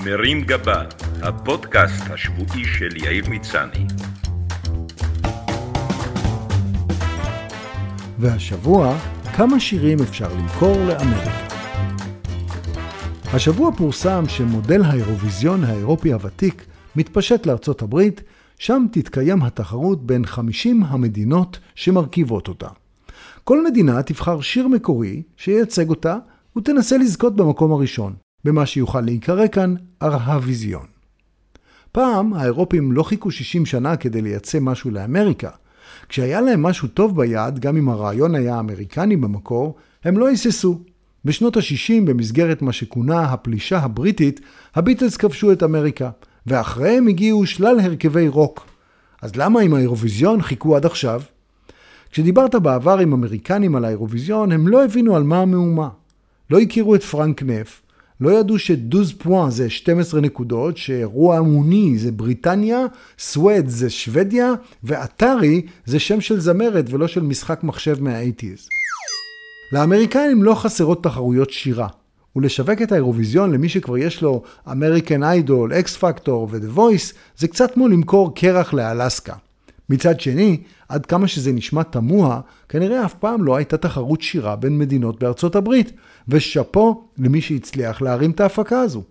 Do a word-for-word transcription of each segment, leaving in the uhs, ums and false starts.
מרים גבה, הפודקאסט השבועי של יאיר מצני. והשבוע, כמה שירים אפשר למכור לאמריקה. השבוע פורסם שמודל האירוויזיון האירופי הוותיק מתפשט לארצות הברית, שם תתקיים התחרות בין חמישים המדינות שמרכיבות אותה. כל מדינה תבחר שיר מקורי שייצג אותה ותנסה לזכות במקום הראשון, במה שיוכל להיקרא כאן אירוויזיון. פעם האירופים לא חיכו שישים שנה כדי לייצא משהו לאמריקה. כשהיה להם משהו טוב ביד, גם אם הרעיון היה אמריקני במקור, הם לא היססו. בשנות ה-שישים, במסגרת מה שכונה הפלישה הבריטית, הביטלס כבשו את אמריקה, ואחריהם הגיעו שלל הרכבי רוק. אז למה עם האירוויזיון חיכו עד עכשיו? כשדיברת בעבר עם אמריקנים על האירוויזיון, הם לא הבינו על מה המהומה. לא הכירו את פרנק נף, לא ידעו שדוז פואן זה שתים עשרה נקודות, שאירוע המוני זה בריטניה, סוויד זה שוודיה, ואטרי זה שם של זמרת ולא של משחק מחשב מה-שמונים. לאמריקאים לא חסרות תחרויות שירה, ולשווק את האירוויזיון למי שכבר יש לו אמריקן איידול, אקס פקטור ו-The Voice, זה קצת כמו למכור קרח לאלסקה. מצד שני, עד כמה שזה נשמע תמוה, כנראה אף פעם לא הייתה תחרות שירה בין מדינות בארצות הברית, ושפו למי שהצליח להרים את ההפקה הזו.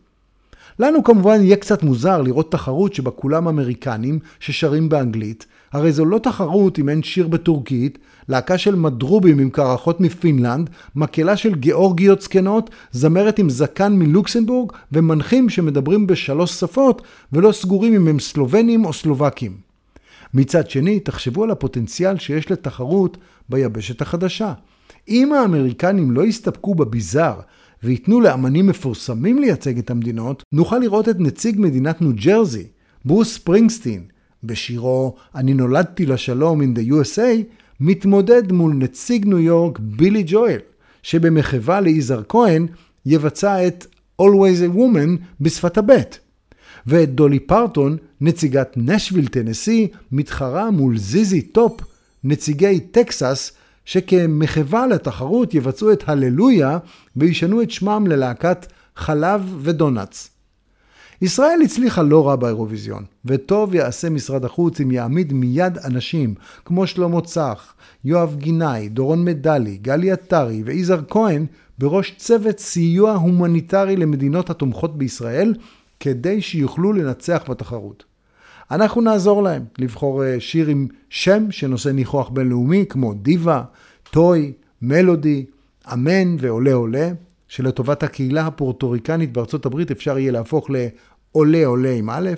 לנו כמובן יהיה קצת מוזר לראות תחרות שבה כולם אמריקנים ששרים באנגלית, הרי זו לא תחרות אם אין שיר בטורקית, להקה של מדרובים עם קרחות מפינלנד, מקהלה של גיאורגיות זקנות, זמרת עם זקן מלוקסנבורג, ומנחים שמדברים בשלוש שפות ולא סגורים אם הם סלובנים או סלובקים. מצד שני, תחשבו על הפוטנציאל שיש לתחרות ביבשת החדשה. אם האמריקנים לא יסתפקו בביזר ויתנו לאמנים מפורסמים לייצג את המדינות, נוכל לראות את נציג מדינת ניו ג'רזי, ברוס ספרינגסטין, בשירו "אני נולדתי לשלום in the יו אס איי", מתמודד מול נציג ניו יורק בילי ג'ואל, שבמחווה ליזהר כהן יבצע את Always a Woman בשפת הבית. ואת דולי פרטון, נציגת נשוויל טנסי, מתחרה מול זיזי טופ, נציגי טקסס, שכמחווה לתחרות יבצעו את הללויה וישנו את שמם ללהקת חלב ודונאץ. ישראל הצליחה לא רע באירוויזיון, וטוב יעשה משרד החוץ אם יעמיד מיד אנשים כמו שלמה צח, יואב גינאי, דורון מדלי, גלי עטרי ויזהר כהן בראש צוות סיוע הומניטרי למדינות התומכות בישראל, כדי שיוכלו לנצח בתחרות. אנחנו נעזור להם לבחור שיר עם שם שנושא ניחוח בינלאומי כמו דיבה, טוי, מלודי, אמן ועולה עולה, שלטובת הקהילה הפורטוריקנית בארצות הברית אפשר יהיה להפוך לעולה עולה עם א'.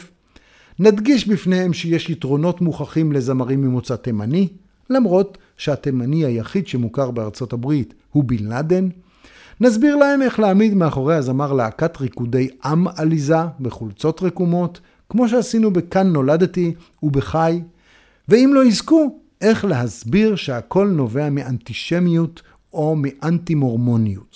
נדגיש בפניהם שיש יתרונות מוכחים לזמרים ממוצא תימני, למרות שהתימני היחיד שמוכר בארצות הברית הוא בן לאדן. נסביר להם איך להעמיד מאחורי הזמר להקת ריקודי עם עליזה בחולצות רקומות, כמו שעשינו בכאן נולדתי ובחי, ואם לא יזכו, איך להסביר שהכל נובע מאנטישמיות או מאנטי מורמוניות.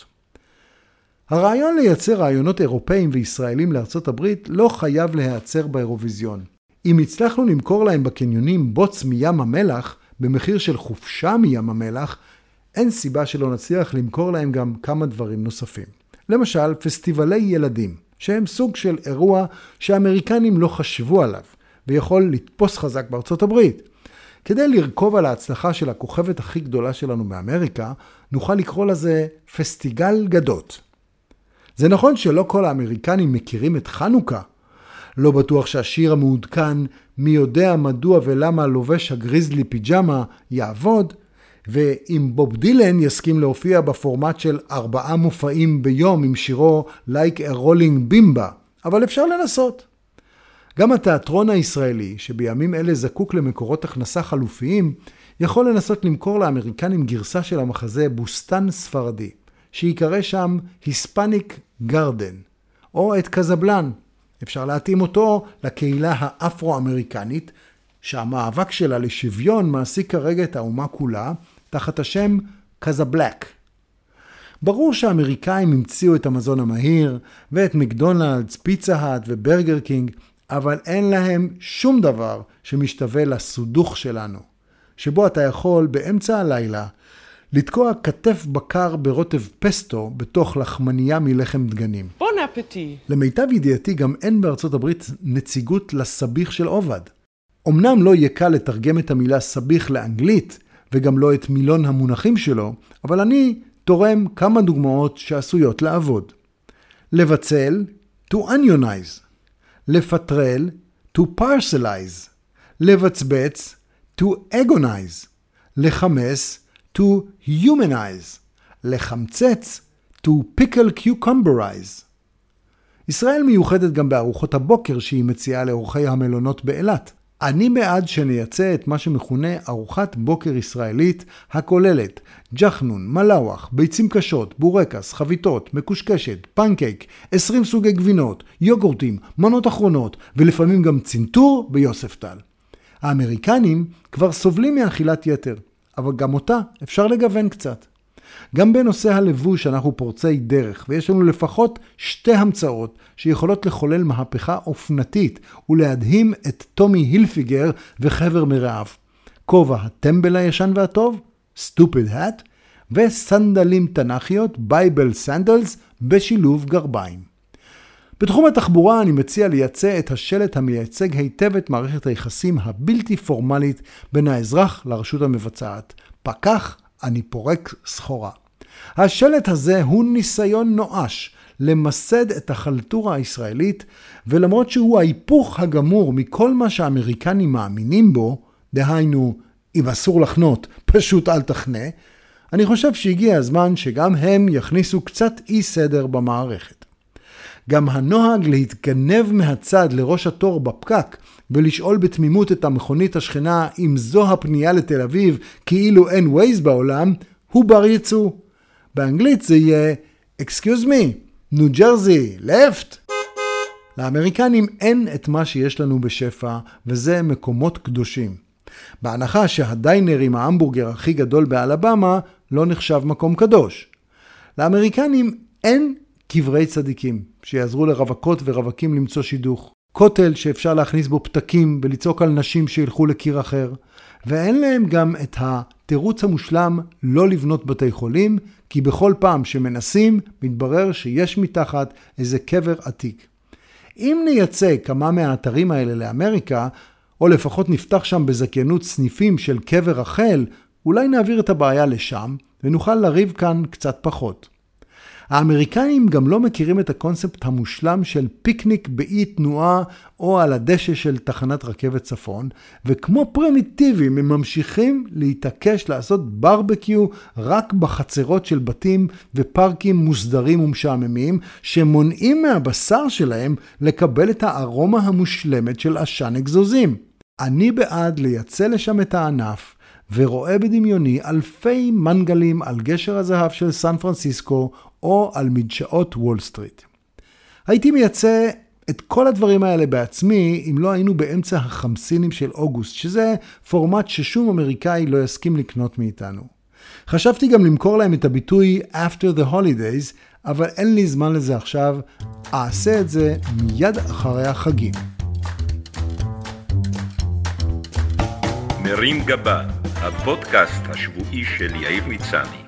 הרעיון לייצר רעיונות אירופאים וישראלים לארצות הברית לא חייב להיעצר באירוויזיון. אם הצלחנו למכור להם בקניונים בוץ מים המלח במחיר של חופשה מים המלח, אין סיבה שלא נצליח למכור להם גם כמה דברים נוספים. למשל, פסטיבלי ילדים, שהם סוג של אירוע שהאמריקנים לא חשבו עליו, ויכול לתפוס חזק בארצות הברית. כדי לרכוב על ההצלחה של הכוכבת הכי גדולה שלנו באמריקה, נוכל לקרוא לזה פסטיגל גדות. זה נכון שלא כל האמריקנים מכירים את חנוכה. לא בטוח שהשיר המעודכן מי יודע מדוע ולמה לובש הגריזלי פיג'מה יעבוד, ואם בוב דילן יסכים להופיע בפורמט של ארבעה מופעים ביום עם שירו Like a Rolling Bimba, אבל אפשר לנסות. גם התיאטרון הישראלי, שבימים אלה זקוק למקורות הכנסה חלופיים, יכול לנסות למכור לאמריקנים גרסה של המחזה בוסטן ספרדי, שיקרא שם היספניק גרדן, או את קזבלן. אפשר להתאים אותו לקהילה האפרו-אמריקנית, שהמאבק שלה לשוויון מעסיק כרגע את האומה כולה, תחת השם קזבלק. ברור שהאמריקאים המציאו את המזון המהיר, ואת מקדונלדס, פיצה האט וברגר קינג, אבל אין להם שום דבר שמשתווה לסודוך שלנו, שבו אתה יכול באמצע הלילה לתקוע כתף בקר ברוטב פסטו בתוך לחמניה מלחם דגנים. בון אפטי. למיטב ידיעתי גם אין בארצות הברית נציגות לסביח של עובד. אמנם לא יהיה קל לתרגם את המילה סביח לאנגלית, וגם לא את מילון המונחים שלו, אבל אני תורם כמה דוגמאות שעשויות לעבוד. לבצל, to onionize. לפטרל, to parcelize. לבצבץ, to agonize. לחמס, to humanize. לחמצץ, to pickle cucumberize. ישראל מיוחדת גם בארוחות הבוקר שהיא מציעה לאורחי המלונות באילת. אני בעד שנייצא את מה שמכונה ארוחת בוקר ישראלית הכוללת ג'חנון, מלאווח, ביצים קשות, בורקס, חביתות, מקושקשת, פנקייק, עשרים סוגי גבינות, יוגורטים, מנות אחרונות ולפעמים גם צנתור ביוספטל. האמריקנים כבר סובלים מאכילת יתר, אבל גם אותה אפשר לגוון קצת. גם בנושא הלבוש אנחנו פורצי דרך, ויש לנו לפחות שתי המצאות שיכולות לחולל מהפכה אופנתית ולהדהים את טומי הילפיגר וחבר מרעיו. כובע הטמבל הישן והטוב, stupid hat, וסנדלים תנכיות, Bible sandals, בשילוב גרביים. בתחום התחבורה אני מציע לייצא את השלט המייצג היטב את מערכת היחסים הבלתי פורמלית בין האזרח לרשות המבצעת. פקח, אני פורק סחורה. השלט הזה הוא ניסיון נואש למסד את החלטורה הישראלית, ולמרות שהוא ההיפוך הגמור מכל מה שהאמריקנים מאמינים בו, דהיינו, אם אסור לחנות, פשוט אל תחנה, אני חושב שהגיע הזמן שגם הם יכניסו קצת אי סדר במערכת. גם הנוהג להתגנב מהצד לראש התור בפקק, ולשאול בתמימות את המכונית השכנה אם זו הפנייה לתל אביב כאילו אין ווייז בעולם, הוא בר ייצוא. באנגלית זה יהיה Excuse me, ניו ג'רזי, left. לאמריקנים אין את מה שיש לנו בשפע, וזה מקומות קדושים. בהנחה שהדיינר עם ההמבורגר הכי גדול באלבמה לא נחשב מקום קדוש. לאמריקנים אין קברי צדיקים שיעזרו לרווקות ורווקים למצוא שידוך. קוטל שאפשר להכניס בו פתקים ולצעוק על נשים שילכו לקיר אחר. ואין להם גם את התירוץ המושלם לא לבנות בתי חולים, כי בכל פעם שמנסים מתברר שיש מתחת איזה קבר עתיק. אם נייצא כמה מהאתרים האלה לאמריקה, או לפחות נפתח שם בזכיינות סניפים של קבר רחל, אולי נעביר את הבעיה לשם ונוכל לריב כאן קצת פחות. האמריקאים גם לא מכירים את הקונספט המושלם של פיקניק באי תנועה או על הדשא של תחנת רכבת צפון, וכמו פרימיטיבים הם ממשיכים להתעקש לעשות ברבקיו רק בחצרות של בתים ופארקים מוסדרים ומשעממים, שמונעים מהבשר שלהם לקבל את הארומה המושלמת של עשן אגזוזים. אני בעד לייצא לשם את הענף, ורואה בדמיוני אלפי מנגלים על גשר הזהב של סן פרנסיסקו או על מדשאות וול סטריט. הייתי מייצא את כל הדברים האלה בעצמי אם לא היינו באמצע החמסינים של אוגוסט, שזה פורמט ששום אמריקאי לא יסכים לקנות מאיתנו. חשבתי גם למכור להם את הביטוי After the Holidays, אבל אין לי זמן לזה עכשיו, אעשה את זה מיד אחרי החגים. מרים גבה, הפודקאסט השבועי של יאיר מצני.